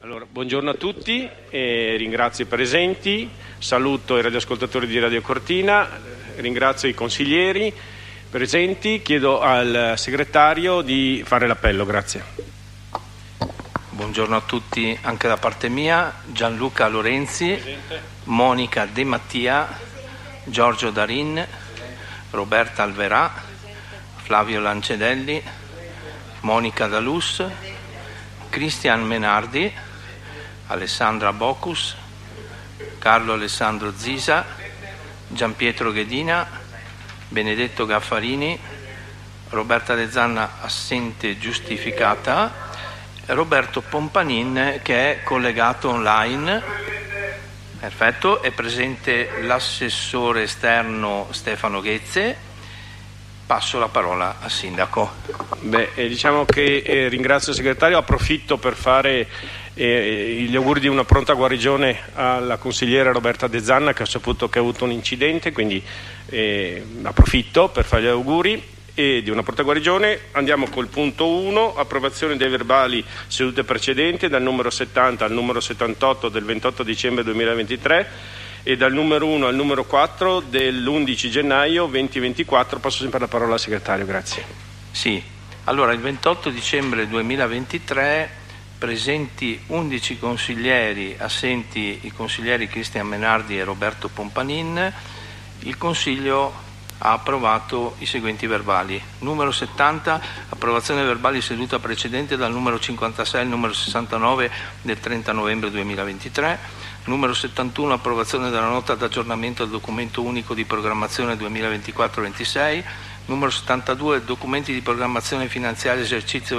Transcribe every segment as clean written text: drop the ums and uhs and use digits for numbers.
Allora, buongiorno a tutti, ringrazio i presenti, saluto i radioascoltatori di Radio Cortina, ringrazio i consiglieri presenti, chiedo al segretario di fare l'appello, grazie. Buongiorno a tutti anche da parte mia, Gianluca Lorenzi, Presente. Monica De Mattia, Giorgio Darin, Roberta Alverà, Flavio Lancedelli, Monica Dalus, Cristian Menardi, Alessandra Bocus, Carlo Alessandro Zisa, Gianpietro Ghedina, Benedetto Gaffarini, Roberta De Zanna assente giustificata, Roberto Pompanin che è collegato online. Perfetto, è presente l'assessore esterno Stefano Ghezze. Passo la parola al sindaco. Diciamo che ringrazio il segretario, approfitto per fare gli auguri di una pronta guarigione alla consigliera Roberta De Zanna, che ho saputo che ha avuto un incidente, quindi approfitto per fare gli auguri e di una pronta guarigione. Andiamo col punto 1, approvazione dei verbali sedute precedenti dal numero 70 al numero 78 del 28 dicembre 2023 e dal numero 1 al numero 4 dell'11 gennaio 2024. Passo sempre la parola al segretario, grazie. Sì, allora il 28 dicembre 2023 presenti 11 consiglieri, assenti i consiglieri Cristian Menardi e Roberto Pompanin. Il Consiglio ha approvato i seguenti verbali. Numero 70, approvazione verbali seduta precedente dal numero 56 al numero 69 del 30 novembre 2023. Numero 71, approvazione della nota d'aggiornamento del documento unico di programmazione 2024-26. Numero 72, documenti di programmazione finanziaria esercizi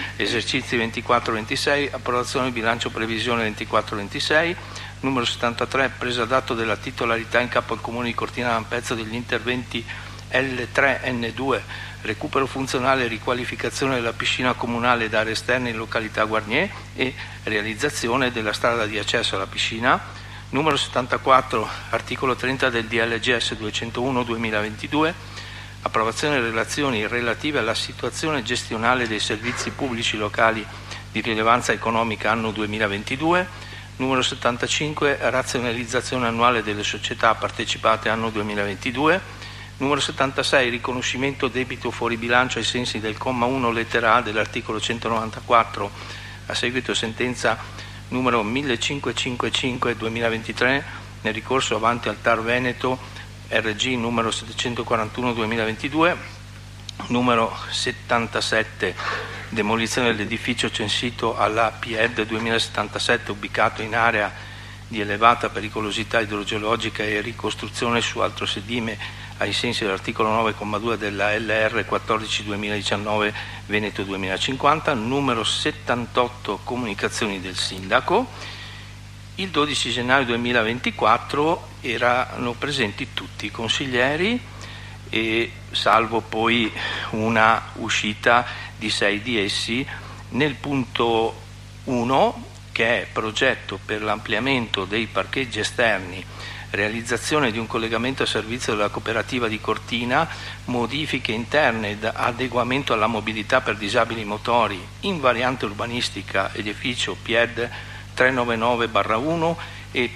24-26, approvazione bilancio previsione 24-26. Numero 73, presa d'atto della titolarità in capo al Comune di Cortina d'Ampezzo degli interventi L3N2, recupero funzionale e riqualificazione della piscina comunale ed aree esterne in località Guarnier e realizzazione della strada di accesso alla piscina. Numero 74, articolo 30 del DLGS 201-2022, approvazione delle relazioni relative alla situazione gestionale dei servizi pubblici locali di rilevanza economica anno 2022. Numero 75, razionalizzazione annuale delle società partecipate anno 2022. Numero 76, riconoscimento debito fuori bilancio ai sensi del comma 1 lettera A dell'articolo 194 a seguito sentenza numero 1555-2023 nel ricorso avanti al TAR Veneto RG numero 741-2022. Numero 77, demolizione dell'edificio censito alla PIED 2077 ubicato in area di elevata pericolosità idrogeologica e ricostruzione su altro sedime ai sensi dell'articolo 9,2 della LR 14-2019 Veneto 2050. Numero 78, comunicazioni del sindaco. Il 12 gennaio 2024 erano presenti tutti i consiglieri e salvo poi una uscita di 6 di essi. Nel punto 1, che è progetto per l'ampliamento dei parcheggi esterni, realizzazione di un collegamento a servizio della cooperativa di Cortina, modifiche interne ed adeguamento alla mobilità per disabili motori in variante urbanistica edificio PIED 399/1 e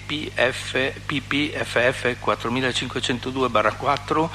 PPFF 4502/4,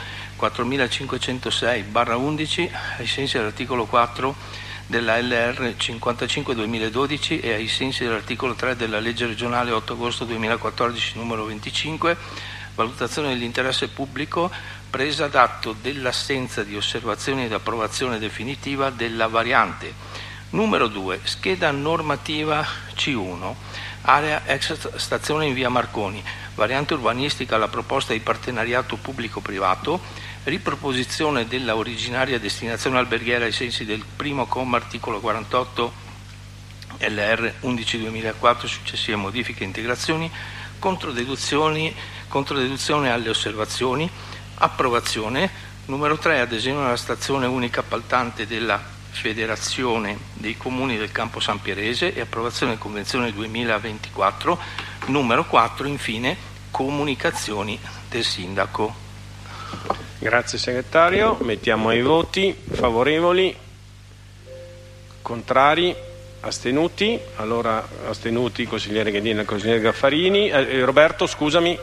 4506/11 ai sensi dell'articolo 4 della LR 55-2012 e ai sensi dell'articolo 3 della legge regionale 8 agosto 2014 numero 25, valutazione dell'interesse pubblico, presa d'atto dell'assenza di osservazioni ed approvazione definitiva della variante. Numero 2, scheda normativa C1, area ex stazione in via Marconi, variante urbanistica alla proposta di partenariato pubblico-privato, riproposizione della originaria destinazione alberghiera ai sensi del primo comma articolo 48 LR 11-2004, successive modifiche e integrazioni, controdeduzione alle osservazioni, approvazione. Numero 3, adesione alla stazione unica appaltante della Federazione dei Comuni del Campo San Pierese e approvazione del Convenzione 2024. Numero 4, infine, comunicazioni del sindaco. Grazie segretario, mettiamo ai voti. Favorevoli, contrari, Astenuti? Allora astenuti consigliere Ghedina e consigliere Gaffarini. Roberto, scusami.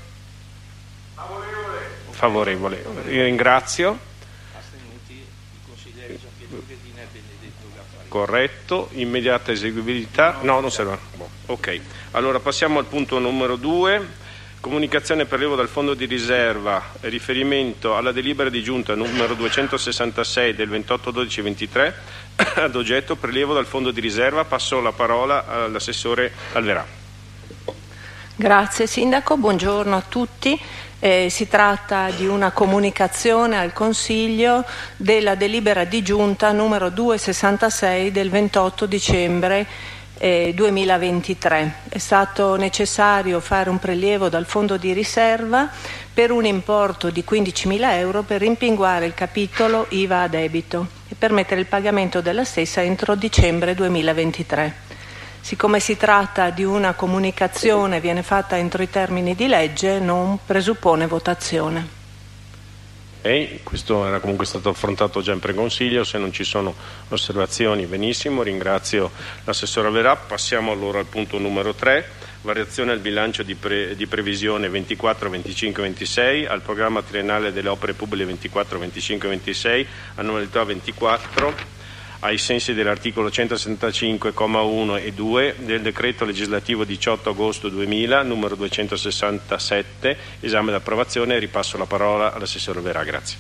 Favorevole. Io ringrazio. Astenuti i consiglieri Gianpietro Ghedina e Benedetto Gaffarini. Corretto. Immediata eseguibilità. No, non serve. Ok. Allora passiamo al punto numero 2. Comunicazione prelievo dal fondo di riserva, riferimento alla delibera di giunta numero 266 del 28/12/23 ad oggetto prelievo dal fondo di riserva. Passo la parola all'assessore Alverà. Grazie Sindaco, buongiorno a tutti. Si tratta di una comunicazione al Consiglio della delibera di giunta numero 266 del 28 dicembre 2023. È stato necessario fare un prelievo dal fondo di riserva per un importo di 15.000 euro per rimpinguare il capitolo IVA a debito e permettere il pagamento della stessa entro dicembre 2023. Siccome si tratta di una comunicazione, viene fatta entro i termini di legge, non presuppone votazione. Questo era comunque stato affrontato già in preconsiglio, se non ci sono osservazioni benissimo, ringrazio l'assessore Alverà. Passiamo allora al punto numero 3, variazione al bilancio di previsione 24, 25, 26, al programma triennale delle opere pubbliche 24, 25, 26, annualità 24, ai sensi dell'articolo 175,1 e 2 del decreto legislativo 18 agosto 2000, numero 267, esame d'approvazione. Ripasso la parola all'assessore Verà. Grazie.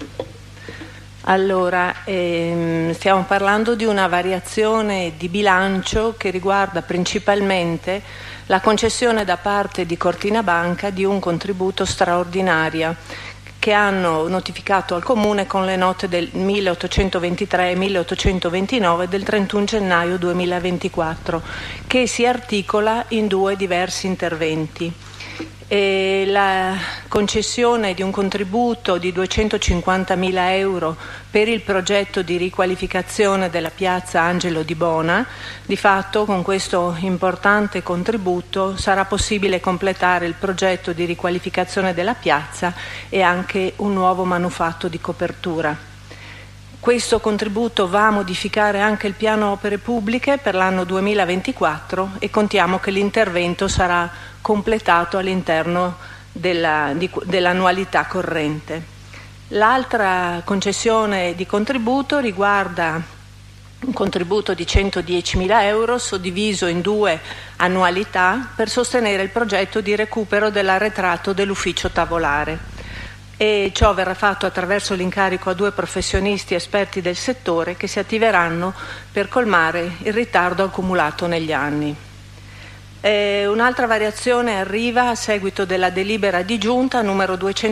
Allora, stiamo parlando di una variazione di bilancio che riguarda principalmente la concessione da parte di Cortina Banca di un contributo straordinario che hanno notificato al Comune con le note del 1823 e 1829 del 31 gennaio 2024, che si articola in due diversi interventi. La concessione di un contributo di 250.000 euro per il progetto di riqualificazione della piazza Angelo di Bona. Di fatto, con questo importante contributo sarà possibile completare il progetto di riqualificazione della piazza e anche un nuovo manufatto di copertura. Questo contributo va a modificare anche il piano opere pubbliche per l'anno 2024 e contiamo che l'intervento sarà completato all'interno dell'annualità corrente. L'altra concessione di contributo riguarda un contributo di 110.000 euro suddiviso in due annualità per sostenere il progetto di recupero dell'arretrato dell'ufficio tavolare. E ciò verrà fatto attraverso l'incarico a due professionisti esperti del settore che si attiveranno per colmare il ritardo accumulato negli anni. Un'altra variazione arriva a seguito della delibera di giunta numero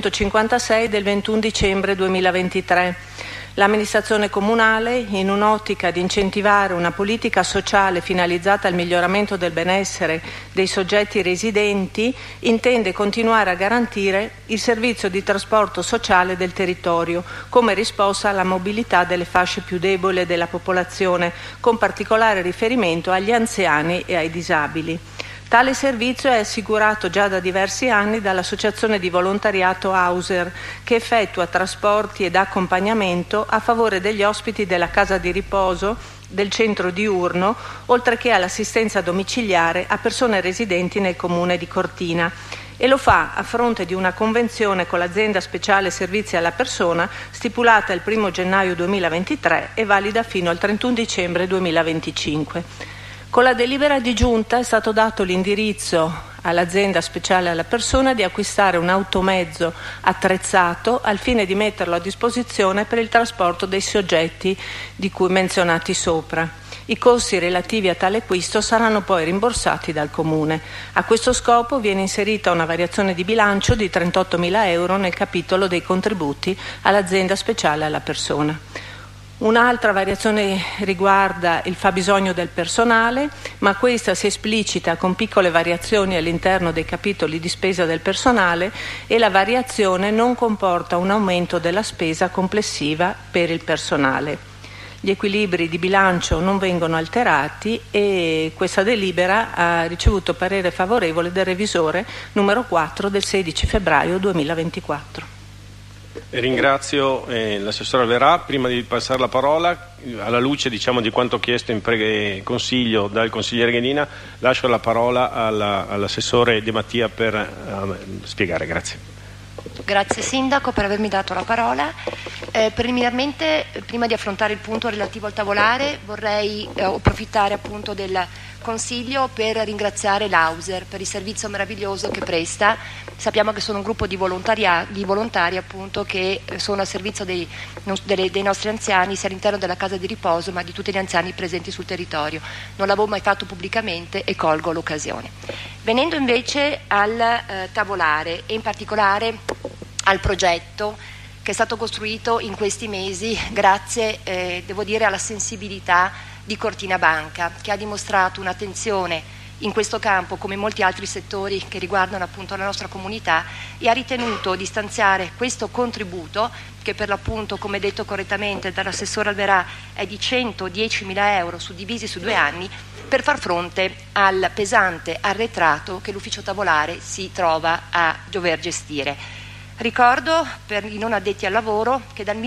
256 del 21 dicembre 2023. L'amministrazione comunale, in un'ottica di incentivare una politica sociale finalizzata al miglioramento del benessere dei soggetti residenti, intende continuare a garantire il servizio di trasporto sociale del territorio come risposta alla mobilità delle fasce più deboli della popolazione, con particolare riferimento agli anziani e ai disabili. Tale servizio è assicurato già da diversi anni dall'associazione di volontariato Hauser, che effettua trasporti ed accompagnamento a favore degli ospiti della casa di riposo del centro diurno, oltre che all'assistenza domiciliare a persone residenti nel comune di Cortina. E lo fa a fronte di una convenzione con l'azienda speciale servizi alla persona stipulata il 1 gennaio 2023 e valida fino al 31 dicembre 2025. Con la delibera di giunta è stato dato l'indirizzo all'azienda speciale alla persona di acquistare un automezzo attrezzato al fine di metterlo a disposizione per il trasporto dei soggetti di cui menzionati sopra. I costi relativi a tale acquisto saranno poi rimborsati dal Comune. A questo scopo viene inserita una variazione di bilancio di 38.000 euro nel capitolo dei contributi all'azienda speciale alla persona. Un'altra variazione riguarda il fabbisogno del personale, ma questa si esplicita con piccole variazioni all'interno dei capitoli di spesa del personale e la variazione non comporta un aumento della spesa complessiva per il personale. Gli equilibri di bilancio non vengono alterati e questa delibera ha ricevuto parere favorevole del revisore numero 4 del 16 febbraio 2024. Ringrazio l'assessore Alverà. Prima di passare la parola, alla luce di quanto chiesto in consiglio dal consigliere Ghedina, lascio la parola all'assessore De Mattia per spiegare. Grazie. Grazie Sindaco per avermi dato la parola. Preliminarmente, prima di affrontare il punto relativo al tavolare, vorrei approfittare appunto del Consiglio per ringraziare l'Auser per il servizio meraviglioso che presta. Sappiamo che sono un gruppo di volontari appunto che sono a servizio dei nostri anziani, sia all'interno della casa di riposo ma di tutti gli anziani presenti sul territorio. Non l'avevo mai fatto pubblicamente e colgo l'occasione. Venendo invece al tavolare e in particolare al progetto che è stato costruito in questi mesi grazie, devo dire, alla sensibilità di Cortina Banca, che ha dimostrato un'attenzione in questo campo come in molti altri settori che riguardano appunto la nostra comunità, e ha ritenuto di stanziare questo contributo che per l'appunto, come detto correttamente dall'assessore Alverà, è di 110.000 euro suddivisi su 2 anni per far fronte al pesante arretrato che l'ufficio tavolare si trova a dover gestire. Ricordo per i non addetti al lavoro che dal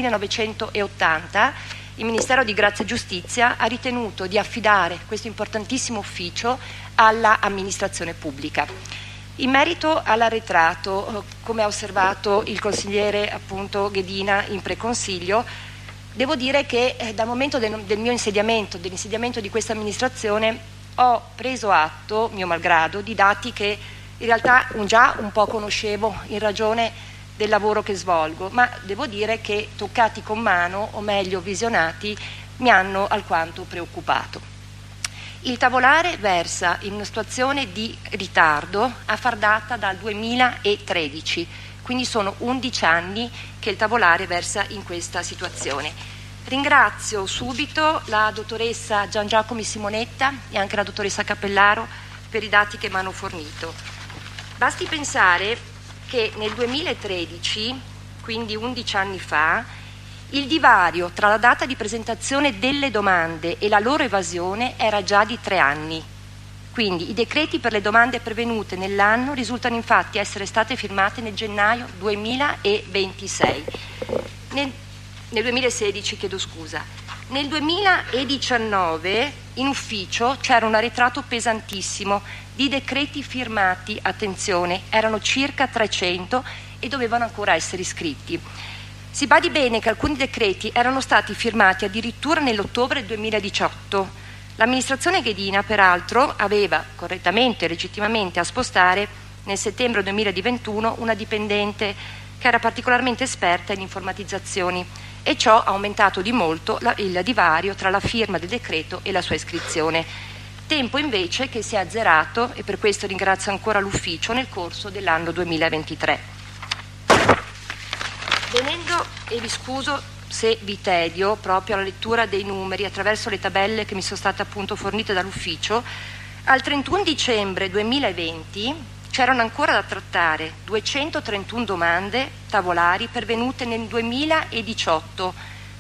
1980 il Ministero di Grazia e Giustizia ha ritenuto di affidare questo importantissimo ufficio alla amministrazione pubblica. In merito all'arretrato, come ha osservato il consigliere appunto Ghedina in preconsiglio, devo dire che dal momento del mio insediamento, dell'insediamento di questa amministrazione, ho preso atto, mio malgrado, di dati che in realtà già un po' conoscevo in ragione del lavoro che svolgo, ma devo dire che toccati con mano, o meglio visionati, mi hanno alquanto preoccupato. Il tavolare versa in una situazione di ritardo a far data dal 2013, quindi sono 11 anni che il tavolare versa in questa situazione. Ringrazio subito la dottoressa Gian Giacomi Simonetta e anche la dottoressa Cappellaro per i dati che mi hanno fornito. Basti pensare che nel 2013, quindi 11 anni fa, il divario tra la data di presentazione delle domande e la loro evasione era già di 3 anni. Quindi i decreti per le domande pervenute nell'anno risultano infatti essere state firmate nel gennaio 2026. Nel 2016, chiedo scusa. Nel 2019 in ufficio c'era un arretrato pesantissimo di decreti firmati, attenzione, erano circa 300 e dovevano ancora essere iscritti. Si badi bene che alcuni decreti erano stati firmati addirittura nell'ottobre 2018. L'amministrazione Ghedina, peraltro, aveva correttamente e legittimamente a spostare nel settembre 2021 una dipendente che era particolarmente esperta in informatizzazioni, e ciò ha aumentato di molto il divario tra la firma del decreto e la sua iscrizione. Tempo invece che si è azzerato, e per questo ringrazio ancora l'ufficio, nel corso dell'anno 2023. Venendo, e vi scuso se vi tedio, proprio alla lettura dei numeri attraverso le tabelle che mi sono state appunto fornite dall'ufficio, al 31 dicembre 2020 c'erano ancora da trattare 231 domande tavolari pervenute nel 2018,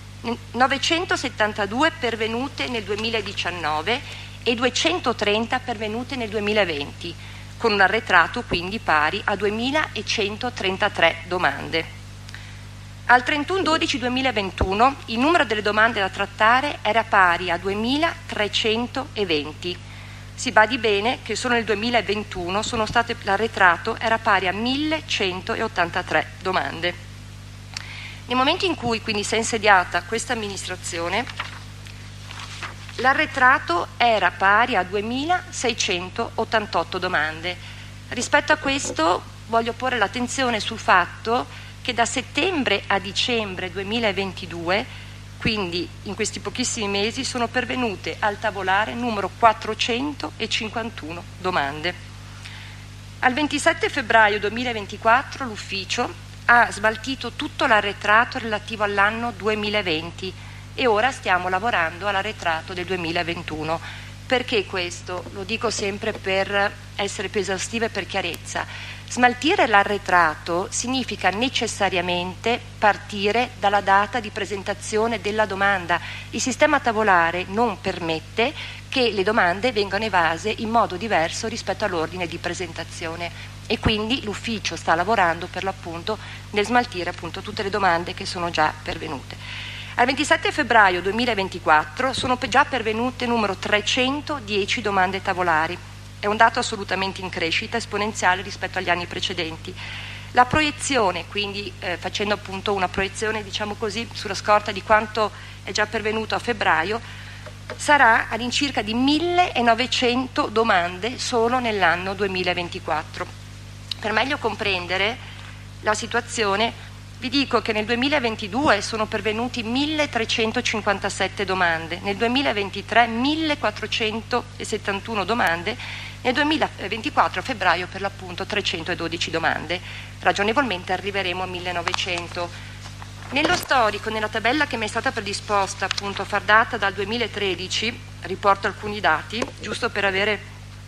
972 pervenute nel 2019 e 230 pervenute nel 2020, con un arretrato quindi pari a 2.133 domande. Al 31/12/2021 il numero delle domande da trattare era pari a 2.320. Si badi bene che solo nel 2021 l'arretrato era pari a 1.183 domande. Nel momento in cui quindi si è insediata questa amministrazione, l'arretrato era pari a 2.688 domande. Rispetto a questo voglio porre l'attenzione sul fatto che da settembre a dicembre 2022, quindi in questi pochissimi mesi, sono pervenute al tavolare numero 451 domande. Al 27 febbraio 2024 l'ufficio ha smaltito tutto l'arretrato relativo all'anno 2020 e ora stiamo lavorando all'arretrato del 2021. Perché questo? Lo dico sempre per essere più esaustiva e per chiarezza. Smaltire l'arretrato significa necessariamente partire dalla data di presentazione della domanda. Il sistema tavolare non permette che le domande vengano evase in modo diverso rispetto all'ordine di presentazione e quindi l'ufficio sta lavorando per l'appunto nel smaltire appunto tutte le domande che sono già pervenute. Al 27 febbraio 2024 sono già pervenute numero 310 domande tavolari. È un dato assolutamente in crescita esponenziale rispetto agli anni precedenti. La proiezione, quindi facendo appunto una proiezione, diciamo così, sulla scorta di quanto è già pervenuto a febbraio, sarà all'incirca di 1900 domande solo nell'anno 2024. Per meglio comprendere la situazione, vi dico che nel 2022 sono pervenuti 1357 domande, nel 2023 1471 domande, nel 2024 a febbraio per l'appunto 312 domande. Ragionevolmente arriveremo a 1900. Nello storico, nella tabella che mi è stata predisposta appunto a far data dal 2013, riporto alcuni dati, giusto per avere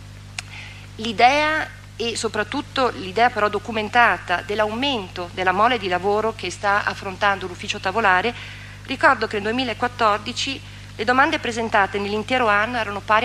l'idea e soprattutto l'idea però documentata dell'aumento della mole di lavoro che sta affrontando l'ufficio tavolare. Ricordo che nel 2014 le domande presentate nell'intero anno erano pari a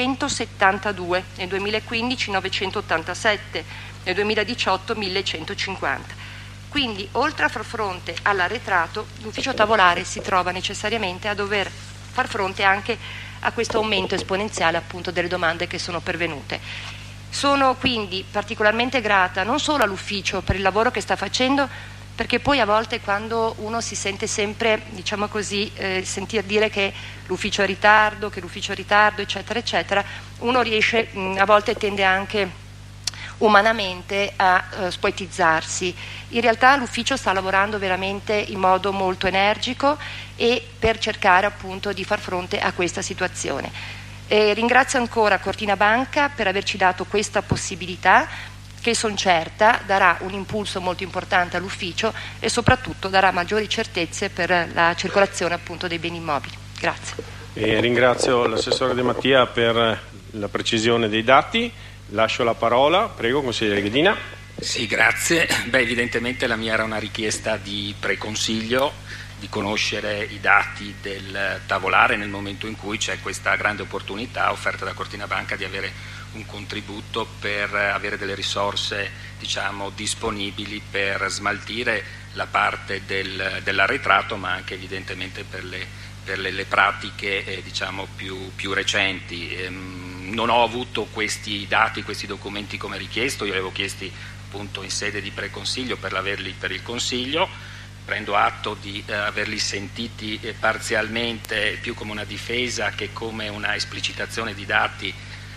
972, nel 2015 987, nel 2018 1150. Quindi, oltre a far fronte all'arretrato, l'ufficio tavolare si trova necessariamente a dover far fronte anche a questo aumento esponenziale appunto delle domande che sono pervenute. Sono quindi particolarmente grata non solo all'ufficio per il lavoro che sta facendo, perché poi a volte quando uno si sente sempre, diciamo così, sentir dire che l'ufficio è in ritardo, eccetera, eccetera, uno riesce, a volte tende anche umanamente a spoetizzarsi. In realtà l'ufficio sta lavorando veramente in modo molto energico e per cercare appunto di far fronte a questa situazione. Ringrazio ancora Cortina Banca per averci dato questa possibilità che sono certa darà un impulso molto importante all'ufficio e soprattutto darà maggiori certezze per la circolazione appunto dei beni immobili. Grazie. Ringrazio l'assessore De Mattia per la precisione dei dati. Lascio la parola, prego, consigliere Ghedina. Sì, grazie. Evidentemente la mia era una richiesta di preconsiglio, di conoscere i dati del tavolare nel momento in cui c'è questa grande opportunità offerta da Cortina Banca di avere un contributo per avere delle risorse, diciamo, disponibili per smaltire la parte dell'arretrato, ma anche evidentemente per le pratiche diciamo più recenti. Non ho avuto questi dati, questi documenti come richiesto, io li avevo chiesti appunto in sede di preconsiglio per averli per il Consiglio. Prendo atto di averli sentiti parzialmente più come una difesa che come una esplicitazione di dati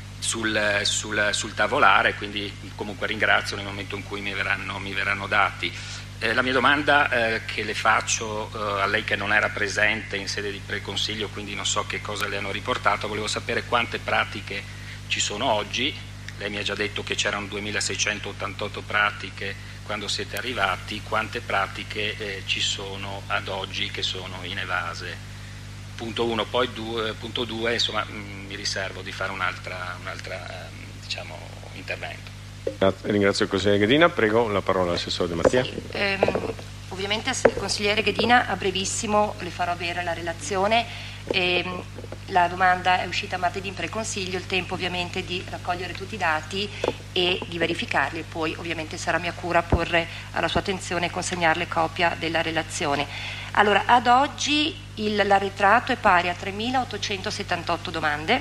sul tavolare, quindi comunque ringrazio nel momento in cui mi verranno dati. La mia domanda che le faccio a lei che non era presente in sede di preconsiglio, quindi non so che cosa le hanno riportato, volevo sapere quante pratiche ci sono oggi. Lei mi ha già detto che c'erano 2688 pratiche quando siete arrivati, quante pratiche ci sono ad oggi che sono in evase? Punto 1, poi punto 2, insomma mi riservo di fare un'altra diciamo, intervento. Ringrazio il consigliere Ghedina, prego la parola all'assessore De Mattia. Sì, ovviamente il consigliere Ghedina a brevissimo le farò avere la relazione. La domanda è uscita martedì in preconsiglio, il tempo ovviamente di raccogliere tutti i dati e di verificarli, e poi ovviamente sarà mia cura porre alla sua attenzione e consegnarle copia della relazione. Allora, ad oggi l'arretrato è pari a 3.878 domande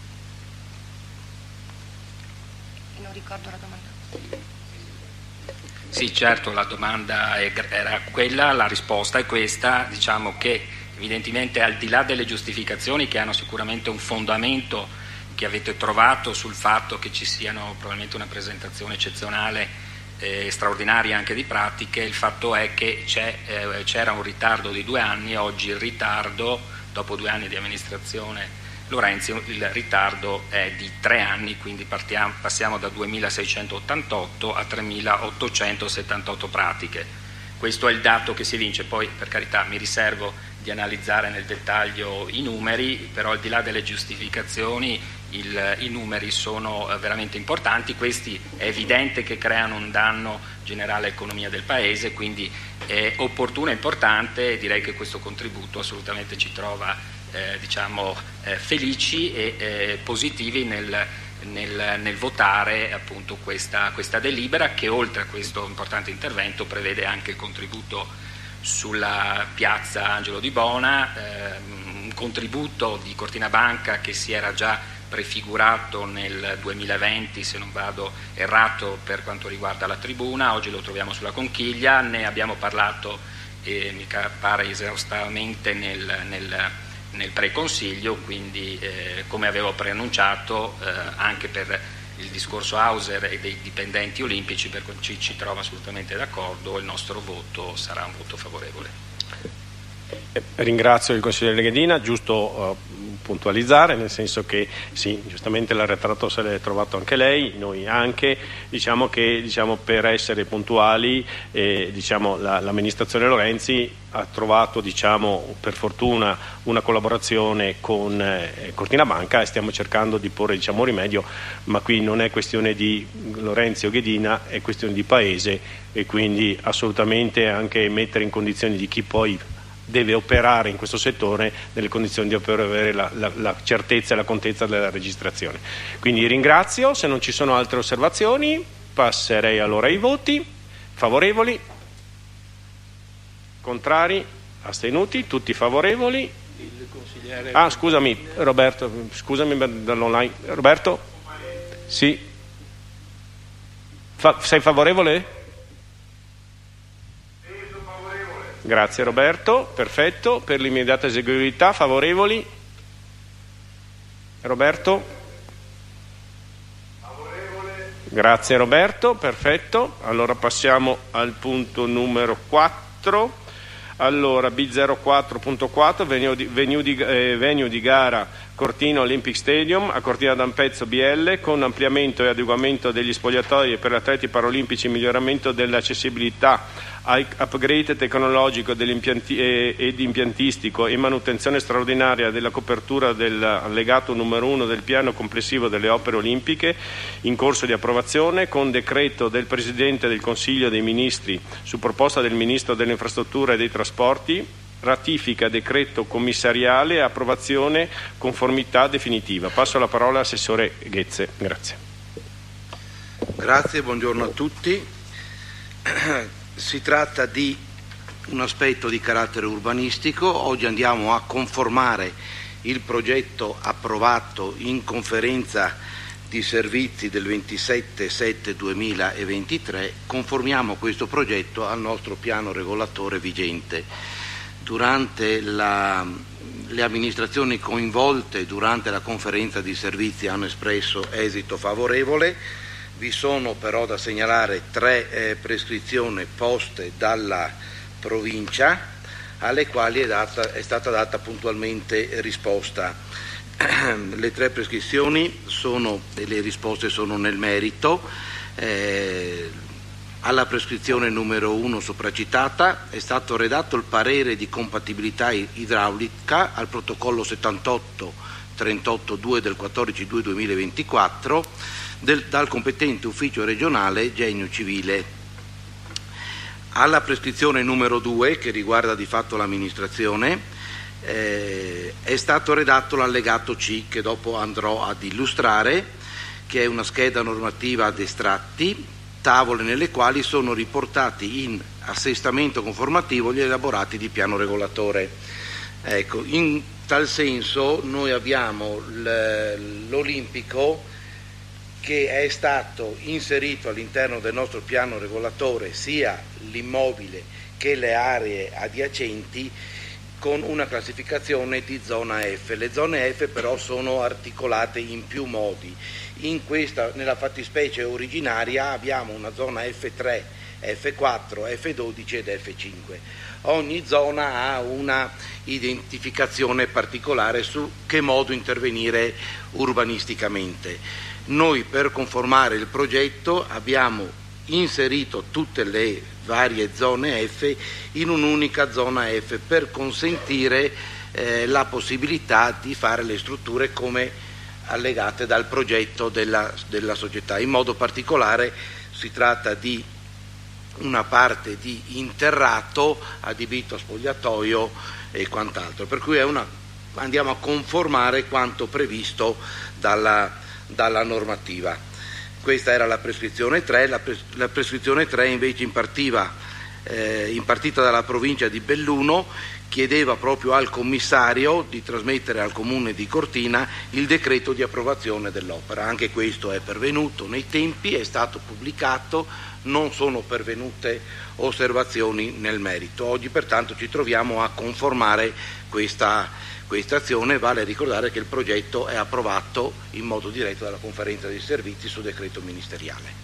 e non ricordo la domanda. Sì, certo, la domanda era quella, la risposta è questa, diciamo che evidentemente al di là delle giustificazioni che hanno sicuramente un fondamento che avete trovato sul fatto che ci siano probabilmente una presentazione eccezionale e straordinaria anche di pratiche, il fatto è che c'era un ritardo di 2 anni, oggi il ritardo, dopo 2 anni di amministrazione Lorenzi, il ritardo è di 3 anni, quindi passiamo da 2.688 a 3.878 pratiche. Questo è il dato che si evince, poi per carità mi riservo di analizzare nel dettaglio i numeri, però al di là delle giustificazioni i numeri sono veramente importanti. Questi è evidente che creano un danno generale all'economia del Paese, quindi è opportuno e importante, direi che questo contributo assolutamente ci trova felici e positivi nel votare appunto questa delibera, che oltre a questo importante intervento prevede anche il contributo sulla piazza Angelo di Bona, un contributo di Cortina Banca che si era già prefigurato nel 2020, se non vado errato, per quanto riguarda la tribuna. Oggi lo troviamo sulla conchiglia, ne abbiamo parlato mi pare esaustivamente nel preconsiglio, quindi come avevo preannunciato anche per il discorso Hauser e dei dipendenti olimpici, per cui ci trova assolutamente d'accordo, il nostro voto sarà un voto favorevole. Ringrazio il consigliere Ghedina, giusto puntualizzare, nel senso che sì, giustamente l'arretrato se l'è trovato anche lei, noi anche, diciamo che per essere puntuali l'amministrazione Lorenzi ha trovato per fortuna una collaborazione con Cortina Banca e stiamo cercando di porre rimedio, ma qui non è questione di Lorenzi o Ghedina, è questione di Paese, e quindi assolutamente anche mettere in condizioni di chi poi deve operare in questo settore nelle condizioni di avere la certezza e la contezza della registrazione. Quindi ringrazio, se non ci sono altre osservazioni passerei allora ai voti. Favorevoli? Contrari? Astenuti? Tutti favorevoli? Il consigliere... Scusami Roberto, scusami dall'online. Roberto? Sì. Sei favorevole? Grazie Roberto, perfetto. Per l'immediata eseguibilità, favorevoli? Roberto? Favorevole. Grazie Roberto, perfetto. Allora passiamo al punto numero 4. Allora B04.4, venue di gara Cortina Olympic Stadium a Cortina d'Ampezzo BL, con ampliamento e adeguamento degli spogliatoi per atleti paraolimpici, miglioramento dell'accessibilità, upgrade tecnologico ed impiantistico e manutenzione straordinaria della copertura dell'allegato numero 1 del piano complessivo delle opere olimpiche, in corso di approvazione, con decreto del Presidente del Consiglio dei Ministri su proposta del Ministro delle Infrastrutture e dei Trasporti, ratifica decreto commissariale e approvazione conformità definitiva. Passo la parola all'assessore Ghezze. Grazie. Grazie, buongiorno a tutti. Si tratta di un aspetto di carattere urbanistico. Oggi andiamo a conformare il progetto approvato in conferenza di servizi del 27/7/2023. Conformiamo questo progetto al nostro piano regolatore vigente. Durante le amministrazioni coinvolte durante la conferenza di servizi hanno espresso esito favorevole. Vi sono però da segnalare 3 prescrizioni poste dalla provincia, alle quali è stata data puntualmente risposta. Le 3 prescrizioni le risposte sono nel merito. Alla prescrizione numero 1 sopracitata è stato redatto il parere di compatibilità idraulica al protocollo 78-38-2 del 14/2/2024 dal competente ufficio regionale Genio Civile. Alla prescrizione numero 2, che riguarda di fatto l'amministrazione, è stato redatto l'allegato C, che dopo andrò ad illustrare, che è una scheda normativa ad estratti, tavole nelle quali sono riportati in assestamento conformativo gli elaborati di piano regolatore. Ecco, in tal senso noi abbiamo l'Olimpico che è stato inserito all'interno del nostro piano regolatore, sia l'immobile che le aree adiacenti, con una classificazione di zona F. Le zone F però sono articolate in più modi. Nella fattispecie originaria abbiamo una zona F3, F4, F12 ed F5. Ogni zona ha una identificazione particolare su che modo intervenire urbanisticamente. Noi, per conformare il progetto, abbiamo inserito tutte le varie zone F in un'unica zona F per consentire la possibilità di fare le strutture come allegate dal progetto della società. In modo particolare si tratta di una parte di interrato adibito a spogliatoio e quant'altro, per cui andiamo a conformare quanto previsto dalla normativa. Questa era la prescrizione 3, la prescrizione 3 invece impartita dalla provincia di Belluno chiedeva proprio al commissario di trasmettere al comune di Cortina il decreto di approvazione dell'opera. Anche questo è pervenuto nei tempi, è stato pubblicato, non sono pervenute osservazioni nel merito. Oggi pertanto ci troviamo a conformare questa azione. Vale ricordare che il progetto è approvato in modo diretto dalla conferenza dei servizi su decreto ministeriale.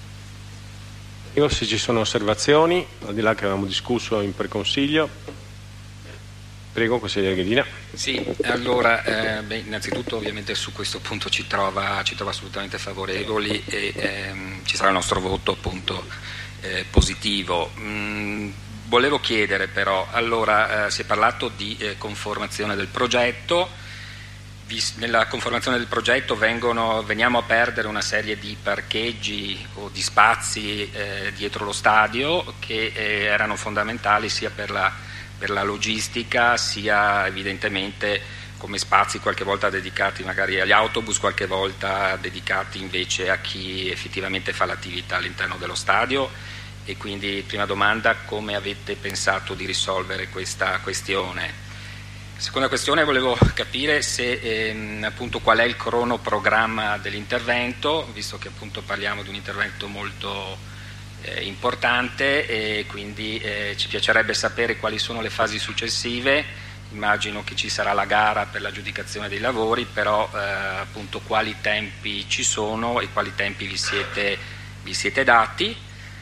Se ci sono osservazioni, al di là che avevamo discusso in preconsiglio. Prego, consigliere Ghedina. Sì, allora, innanzitutto ovviamente su questo punto ci trova assolutamente favorevoli e ci sarà il nostro voto appunto positivo. Volevo chiedere però, allora si è parlato di conformazione del progetto. Nella conformazione del progetto veniamo a perdere una serie di parcheggi o di spazi dietro lo stadio che erano fondamentali sia per la logistica, sia evidentemente come spazi qualche volta dedicati magari agli autobus, qualche volta dedicati invece a chi effettivamente fa l'attività all'interno dello stadio. E quindi, prima domanda, come avete pensato di risolvere questa questione? Seconda questione, volevo capire se appunto qual è il cronoprogramma dell'intervento, visto che appunto parliamo di un intervento molto importante e quindi ci piacerebbe sapere quali sono le fasi successive. Immagino che ci sarà la gara per l'aggiudicazione dei lavori, però appunto quali tempi ci sono e quali tempi vi siete dati.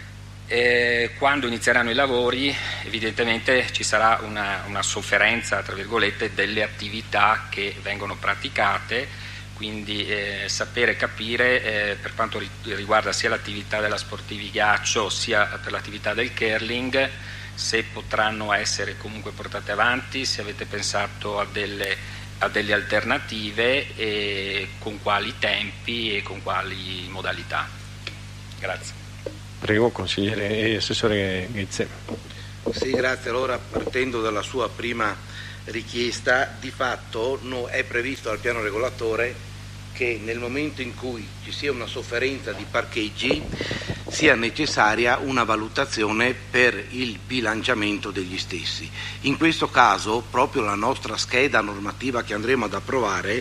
Quando inizieranno i lavori evidentemente ci sarà una sofferenza tra virgolette delle attività che vengono praticate, quindi sapere capire per quanto riguarda sia l'attività della Sportivi Ghiaccio sia per l'attività del curling se potranno essere comunque portate avanti, se avete pensato a delle alternative e con quali tempi e con quali modalità. Grazie. Prego, consigliere e assessore Ghezze. Sì, grazie. Allora, partendo dalla sua prima richiesta, di fatto è previsto dal piano regolatore che nel momento in cui ci sia una sofferenza di parcheggi sia necessaria una valutazione per il bilanciamento degli stessi. In questo caso proprio la nostra scheda normativa che andremo ad approvare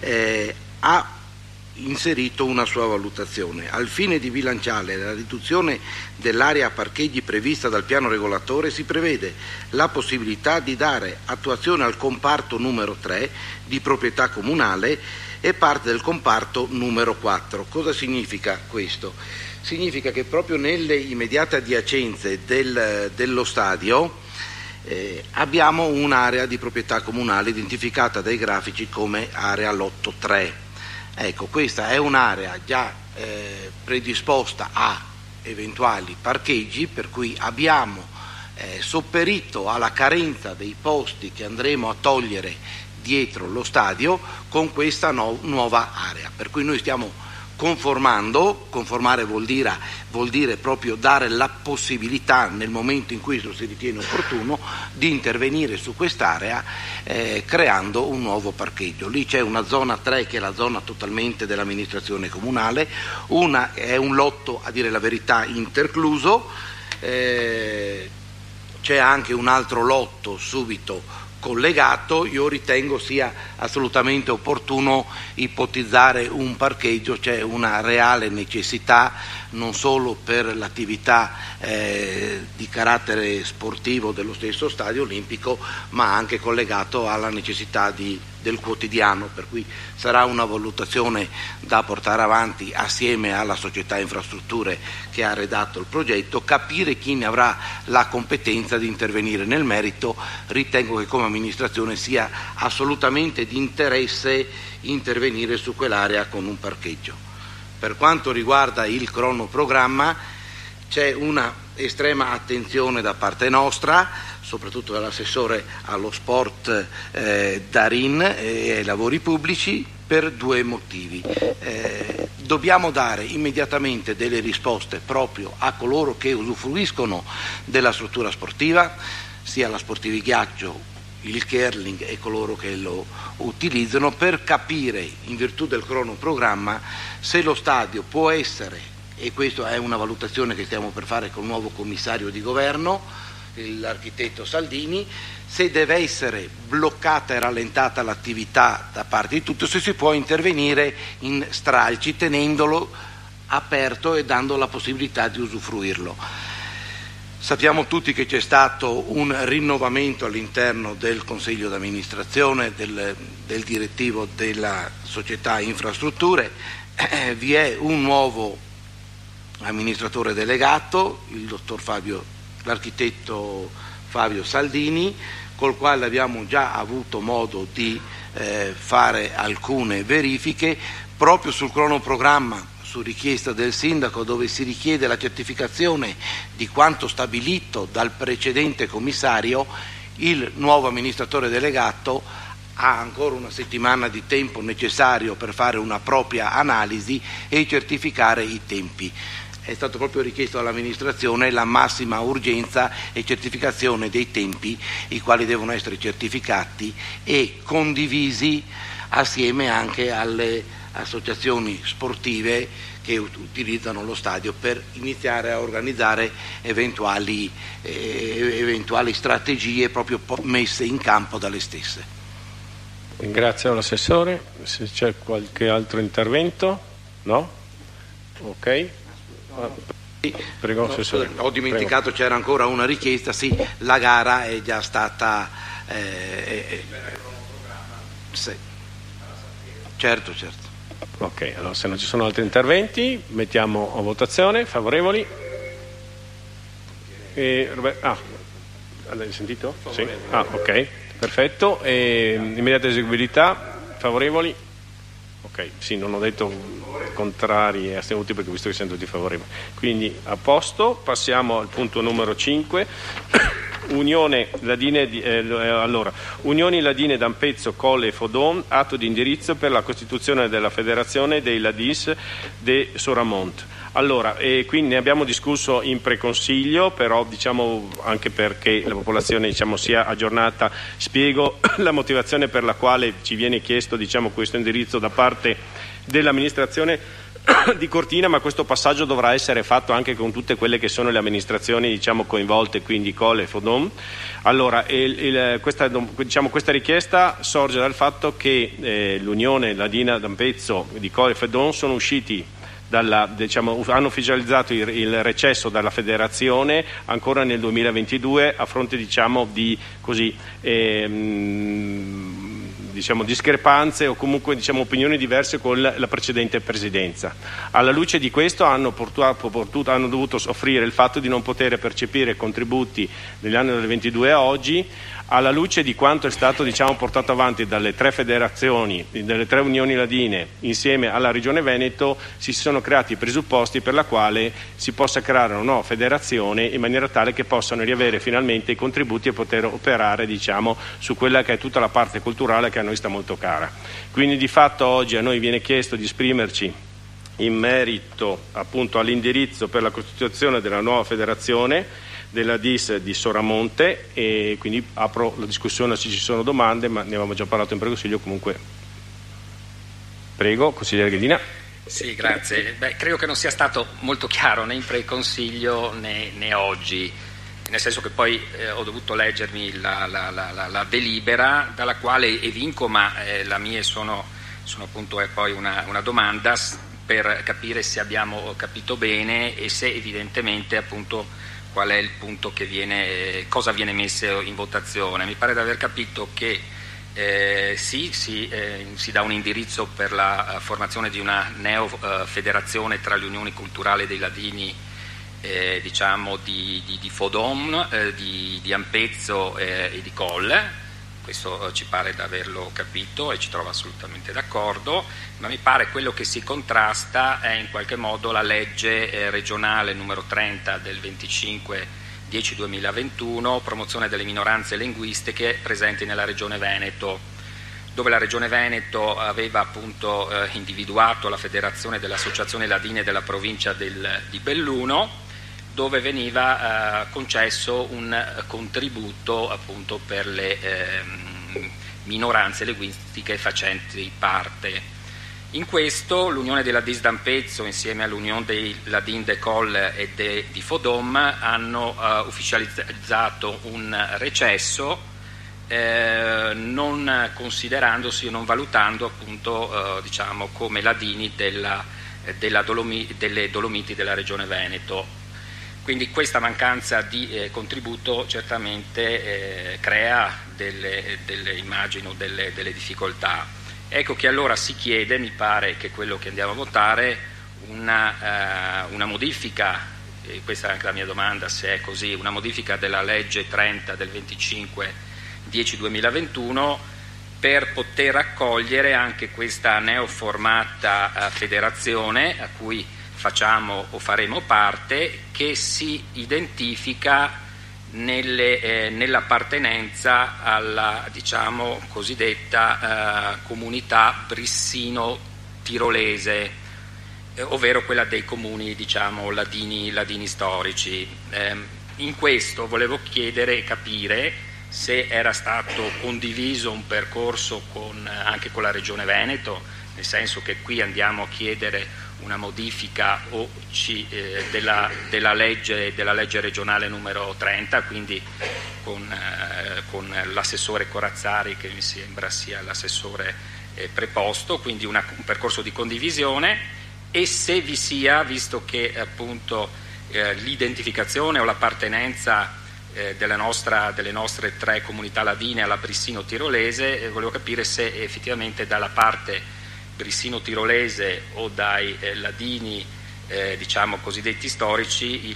ha inserito una sua valutazione. Al fine di bilanciare la riduzione dell'area parcheggi prevista dal piano regolatore si prevede la possibilità di dare attuazione al comparto numero 3 di proprietà comunale e parte del comparto numero 4. Cosa significa questo? Significa che proprio nelle immediate adiacenze dello stadio abbiamo un'area di proprietà comunale identificata dai grafici come area lotto 3. Ecco, questa è un'area già predisposta a eventuali parcheggi, per cui abbiamo sopperito alla carenza dei posti che andremo a togliere dietro lo stadio con questa nuova area. Per cui noi stiamo conformare vuol dire proprio dare la possibilità, nel momento in cui lo si ritiene opportuno, di intervenire su quest'area creando un nuovo parcheggio. Lì c'è una zona 3 che è la zona totalmente dell'amministrazione comunale, è un lotto, a dire la verità, intercluso, c'è anche un altro lotto subito collegato. Io ritengo sia assolutamente opportuno ipotizzare un parcheggio, c'è una reale necessità non solo per l'attività di carattere sportivo dello stesso stadio olimpico, ma anche collegato alla necessità del quotidiano, per cui sarà una valutazione da portare avanti assieme alla società infrastrutture che ha redatto il progetto, capire chi ne avrà la competenza di intervenire nel merito. Ritengo che come amministrazione sia assolutamente di interesse intervenire su quell'area con un parcheggio. Per quanto riguarda il cronoprogramma c'è una estrema attenzione da parte nostra, soprattutto dall'assessore allo sport Darin e ai lavori pubblici, per due motivi. Dobbiamo dare immediatamente delle risposte proprio a coloro che usufruiscono della struttura sportiva, sia la Sportivi Ghiaccio, il curling e coloro che lo utilizzano, per capire, in virtù del cronoprogramma, se lo stadio può essere, e questa è una valutazione che stiamo per fare con il nuovo commissario di governo, l'architetto Saldini, se deve essere bloccata e rallentata l'attività da parte di tutti, se si può intervenire in stralci tenendolo aperto e dando la possibilità di usufruirlo. Sappiamo tutti che c'è stato un rinnovamento all'interno del Consiglio d'amministrazione, del direttivo della società Infrastrutture, vi è un nuovo amministratore delegato, l'architetto Fabio Saldini, col quale abbiamo già avuto modo di fare alcune verifiche proprio sul cronoprogramma, su richiesta del sindaco, dove si richiede la certificazione di quanto stabilito dal precedente commissario. Il nuovo amministratore delegato ha ancora una settimana di tempo necessario per fare una propria analisi e certificare i tempi. È stato proprio richiesto dall'amministrazione la massima urgenza e certificazione dei tempi, i quali devono essere certificati e condivisi assieme anche alle associazioni sportive che utilizzano lo stadio, per iniziare a organizzare eventuali strategie proprio messe in campo dalle stesse. Ringrazio l'assessore. Se c'è qualche altro intervento? No? Ok. Prego, assessore. Ho dimenticato, prego. C'era ancora una richiesta, sì, la gara è già stata sì. Certo. Ok, allora se non ci sono altri interventi mettiamo a votazione. Favorevoli? L'hai sentito? Sì. Ok, perfetto. Immediata eseguibilità? Favorevoli? Ok, sì, non ho detto contrari e astenuti perché ho visto che siamo tutti favorevoli. Quindi a posto, passiamo al punto numero 5. Unioni Ladine d'Ampezzo, Colle e Fodon, atto di indirizzo per la costituzione della federazione dei Ladis de Soramont. Allora, qui ne abbiamo discusso in preconsiglio, però diciamo anche perché la popolazione sia aggiornata, spiego la motivazione per la quale ci viene chiesto questo indirizzo da parte dell'amministrazione di Cortina, ma questo passaggio dovrà essere fatto anche con tutte quelle che sono le amministrazioni coinvolte, quindi Colle e Fodon. Allora, questa richiesta sorge dal fatto che l'Unione Ladina d'Ampezzo di Colle e Fodon sono usciti hanno ufficializzato il recesso dalla federazione ancora nel 2022 a fronte di discrepanze o comunque opinioni diverse con la precedente presidenza. Alla luce di questo hanno dovuto soffrire il fatto di non poter percepire contributi negli anni del 22 a oggi. Alla luce di quanto è stato portato avanti dalle 3 federazioni, dalle 3 unioni ladine insieme alla Regione Veneto, si sono creati i presupposti per la quale si possa creare una nuova federazione in maniera tale che possano riavere finalmente i contributi e poter operare su quella che è tutta la parte culturale che a noi sta molto cara. Quindi di fatto oggi a noi viene chiesto di esprimerci in merito appunto all'indirizzo per la costituzione della nuova federazione della DIS di Soramonte, e quindi apro la discussione se ci sono domande, ma ne avevamo già parlato in preconsiglio. Comunque prego, consigliere Ghedina. Sì, grazie. Credo che non sia stato molto chiaro né in preconsiglio né oggi, nel senso che poi ho dovuto leggermi la delibera dalla quale evinco, ma la mia sono appunto è poi una domanda per capire se abbiamo capito bene e se evidentemente appunto qual è il punto cosa viene messo in votazione. Mi pare di aver capito che si dà un indirizzo per la formazione di una neo-federazione tra le unioni culturali dei Ladini di Fodon, di Ampezzo e di Colle. Questo ci pare di averlo capito e ci trovo assolutamente d'accordo, ma mi pare quello che si contrasta è in qualche modo la legge regionale numero 30 del 25/10/2021, promozione delle minoranze linguistiche presenti nella Regione Veneto, dove la Regione Veneto aveva appunto individuato la Federazione delle Associazioni Ladine della provincia di Belluno, dove veniva concesso un contributo appunto per le minoranze linguistiche facenti parte. In questo l'Unione dei Ladins d'Ampezzo insieme all'Unione dei Ladins de Colle e di Fodom hanno ufficializzato un recesso, non considerandosi o non valutando appunto diciamo come ladini delle Dolomiti della Regione Veneto. Quindi questa mancanza di contributo certamente crea immagino delle difficoltà. Ecco che allora si chiede, mi pare che quello che andiamo a votare, una modifica, questa è anche la mia domanda se è così, una modifica della legge 30 del 25/10/2021 per poter accogliere anche questa neoformata federazione a cui facciamo o faremo parte, che si identifica nell'appartenenza alla diciamo cosiddetta comunità brissino-tirolese, ovvero quella dei comuni diciamo ladini storici. In questo volevo chiedere e capire se era stato condiviso un percorso anche con la Regione Veneto, nel senso che qui andiamo a chiedere una modifica della legge regionale numero 30, quindi con l'assessore Corazzari, che mi sembra sia l'assessore preposto, quindi un percorso di condivisione, e se vi sia, visto che appunto l'identificazione o l'appartenenza delle nostre 3 comunità ladine alla Brissino-Tirolese, volevo capire se effettivamente dalla parte brissino-tirolese o dai ladini diciamo cosiddetti storici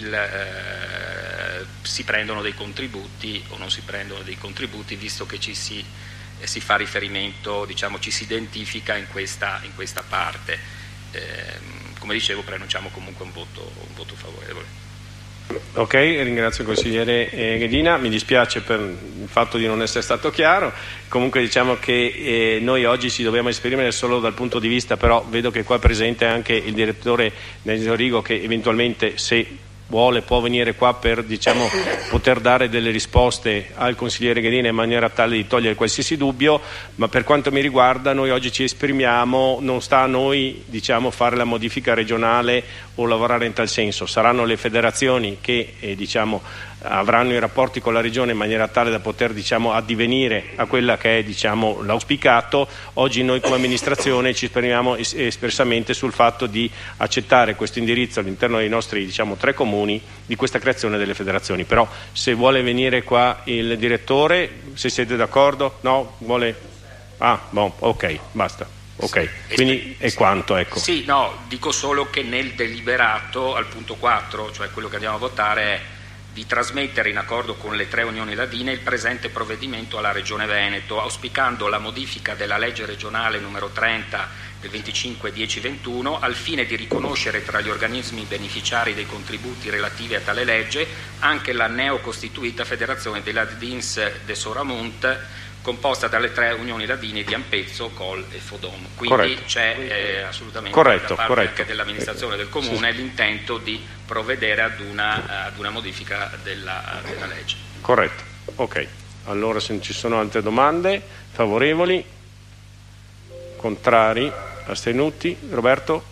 si prendono dei contributi o non si prendono dei contributi, visto che ci si fa riferimento, diciamo ci si identifica in questa parte. Come dicevo, preannunciamo comunque un voto favorevole. Ok, ringrazio il consigliere Ghedina, mi dispiace per il fatto di non essere stato chiaro. Comunque diciamo che noi oggi ci dobbiamo esprimere solo dal punto di vista, però vedo che qua è presente anche il direttore Nelson Rigo, che eventualmente se vuole può venire qua per diciamo poter dare delle risposte al consigliere Ghedina in maniera tale di togliere qualsiasi dubbio, ma per quanto mi riguarda noi oggi ci esprimiamo, non sta a noi diciamo fare la modifica regionale o lavorare in tal senso. Saranno le federazioni che diciamo avranno i rapporti con la regione in maniera tale da poter diciamo addivenire a quella che è diciamo l'auspicato. Oggi noi come amministrazione ci esprimiamo espressamente sul fatto di accettare questo indirizzo all'interno dei nostri diciamo 3 comuni di questa creazione delle federazioni. Però se vuole venire qua il direttore, se siete d'accordo, no? Vuole? Ok, basta. Ok, quindi è quanto, ecco. Sì, no, dico solo che nel deliberato al punto 4, cioè quello che andiamo a votare, è di trasmettere in accordo con le 3 unioni ladine il presente provvedimento alla Regione Veneto, auspicando la modifica della legge regionale numero 30 del 25/10/21 al fine di riconoscere tra gli organismi beneficiari dei contributi relativi a tale legge anche la neocostituita Federazione dei Ladins de Soramunt, composta dalle 3 unioni ladine di Ampezzo, Col e Fodom. Quindi c'è assolutamente da parte anche dell'amministrazione del Comune l'intento di provvedere ad una modifica della legge. Corretto, ok. Allora se non ci sono altre domande, favorevoli, contrari, astenuti. Roberto?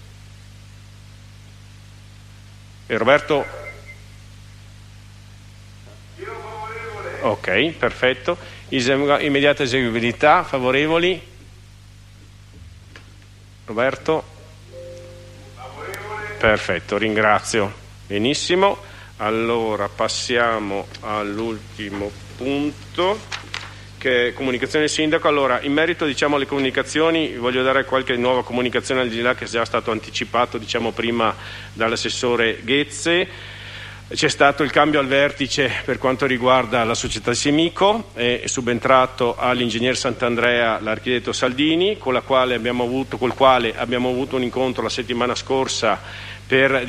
Roberto? Io favorevole. Ok, perfetto. Immediata eseguibilità, favorevoli? Roberto? Favorevole. Perfetto, ringrazio. Benissimo. Allora passiamo all'ultimo punto, che è comunicazione del sindaco. Allora, in merito diciamo alle comunicazioni, voglio dare qualche nuova comunicazione al di là che è già stato anticipato diciamo prima dall'assessore Ghezze. C'è stato il cambio al vertice per quanto riguarda la società Simico, è subentrato all'ingegner Sant'Andrea l'architetto Saldini, col quale abbiamo avuto un incontro la settimana scorsa per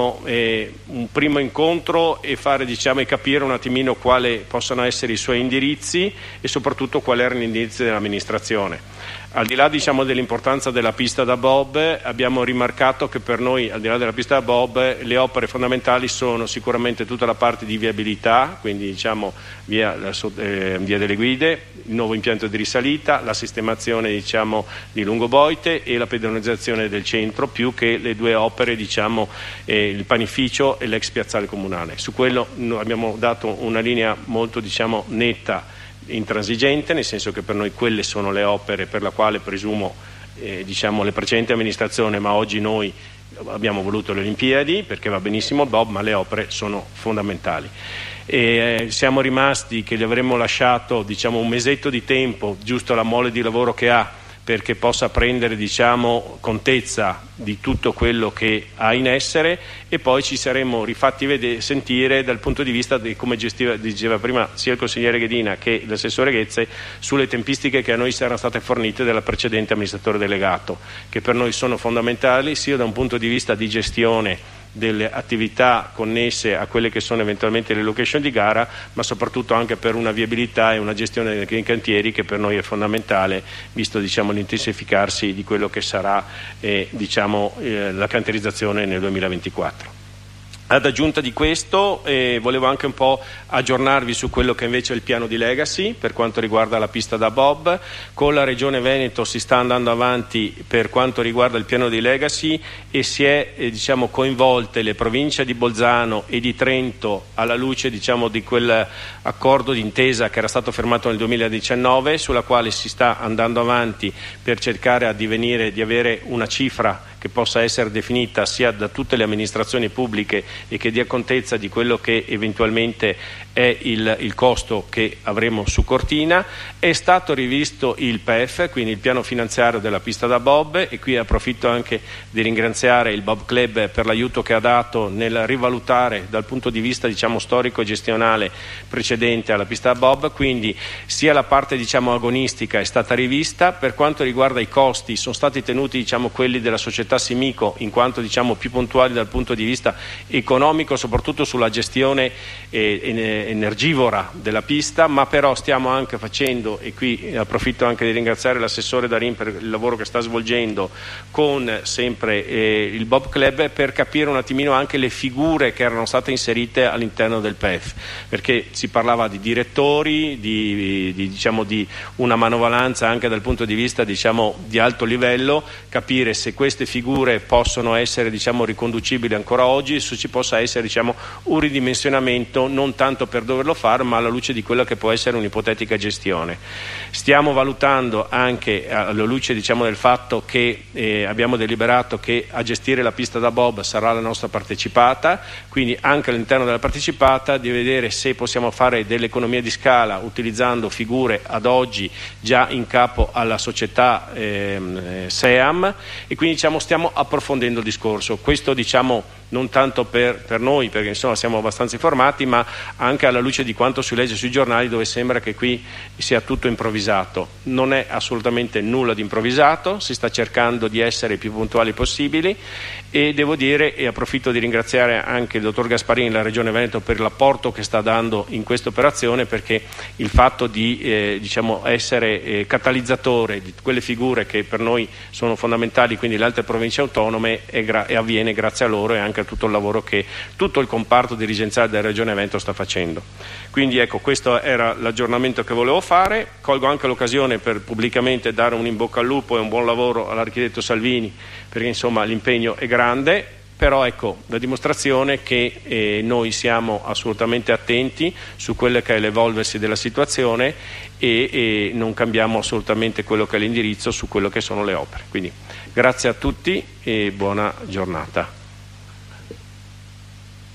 un primo incontro e fare e capire un attimino quali possano essere i suoi indirizzi e soprattutto quali erano gli indirizzi dell'amministrazione. Al di là dell'importanza della pista da bob, abbiamo rimarcato che per noi, al di là della pista da bob, le opere fondamentali sono sicuramente tutta la parte di viabilità, quindi via delle Guide, il nuovo impianto di risalita, la sistemazione di lungoboite e la pedonalizzazione del centro, più che le due opere il panificio e l'ex piazzale comunale. Su quello abbiamo dato una linea molto netta, intransigente, nel senso che per noi quelle sono le opere per la quale presumo le precedenti amministrazioni, ma oggi noi abbiamo voluto le Olimpiadi perché va benissimo il bob, ma le opere sono fondamentali. Siamo rimasti che gli avremmo lasciato un mesetto di tempo, giusto la mole di lavoro che ha, perché possa prendere contezza di tutto quello che ha in essere, e poi ci saremmo rifatti sentire dal punto di vista di come diceva prima sia il consigliere Ghedina che l'assessore Ghezze sulle tempistiche che a noi erano state fornite dal precedente amministratore delegato, che per noi sono fondamentali sia da un punto di vista di gestione delle attività connesse a quelle che sono eventualmente le location di gara, ma soprattutto anche per una viabilità e una gestione dei cantieri che per noi è fondamentale, visto l'intensificarsi di quello che sarà la cantierizzazione nel 2024. Ad aggiunta di questo volevo anche un po' aggiornarvi su quello che invece è il piano di Legacy per quanto riguarda la pista da bob. Con la Regione Veneto si sta andando avanti per quanto riguarda il piano di Legacy e si è coinvolte le province di Bolzano e di Trento alla luce di quell'accordo d'intesa che era stato firmato nel 2019, sulla quale si sta andando avanti per cercare di avere una cifra che possa essere definita sia da tutte le amministrazioni pubbliche e che dia contezza di quello che eventualmente è il costo che avremo su Cortina. È stato rivisto il PEF, quindi il piano finanziario della pista da bob, e qui approfitto anche di ringraziare il Bob Club per l'aiuto che ha dato nel rivalutare dal punto di vista storico e gestionale precedente alla pista da bob, quindi sia la parte agonistica è stata rivista. Per quanto riguarda i costi sono stati tenuti quelli della società Simico in quanto più puntuali dal punto di vista economico, soprattutto sulla gestione energivora della pista, ma però stiamo anche facendo, e qui approfitto anche di ringraziare l'assessore Darin per il lavoro che sta svolgendo con sempre il Bob Club, per capire un attimino anche le figure che erano state inserite all'interno del PEF, perché si parlava di direttori, di una manovalanza anche dal punto di vista di alto livello, capire se queste figure possono essere riconducibili ancora oggi, se ci possa essere un ridimensionamento, non tanto per doverlo fare, ma alla luce di quella che può essere un'ipotetica gestione. Stiamo valutando anche alla luce del fatto che abbiamo deliberato che a gestire la pista da bob sarà la nostra partecipata, quindi anche all'interno della partecipata di vedere se possiamo fare delle economie di scala utilizzando figure ad oggi già in capo alla società SEAM, e quindi stiamo approfondendo il discorso. Questo non tanto per noi, perché siamo abbastanza informati, ma anche alla luce di quanto si legge sui giornali, dove sembra che qui sia tutto improvvisato. Non è assolutamente nulla di improvvisato, si sta cercando di essere i più puntuali possibili, e devo dire, e approfitto di ringraziare anche il dottor Gasparini, la Regione Veneto, per l'apporto che sta dando in questa operazione, perché il fatto di essere catalizzatore di quelle figure che per noi sono fondamentali, quindi le altre province autonome, e avviene grazie a loro e anche a tutto il lavoro che tutto il comparto dirigenziale della Regione Veneto sta facendo. Quindi ecco, questo era l'aggiornamento che volevo fare. Colgo anche l'occasione per pubblicamente dare un in bocca al lupo e un buon lavoro all'architetto Salvini, perché l'impegno è grande, però ecco la dimostrazione che noi siamo assolutamente attenti su quello che è l'evolversi della situazione e non cambiamo assolutamente quello che è l'indirizzo su quello che sono le opere. Quindi grazie a tutti e buona giornata.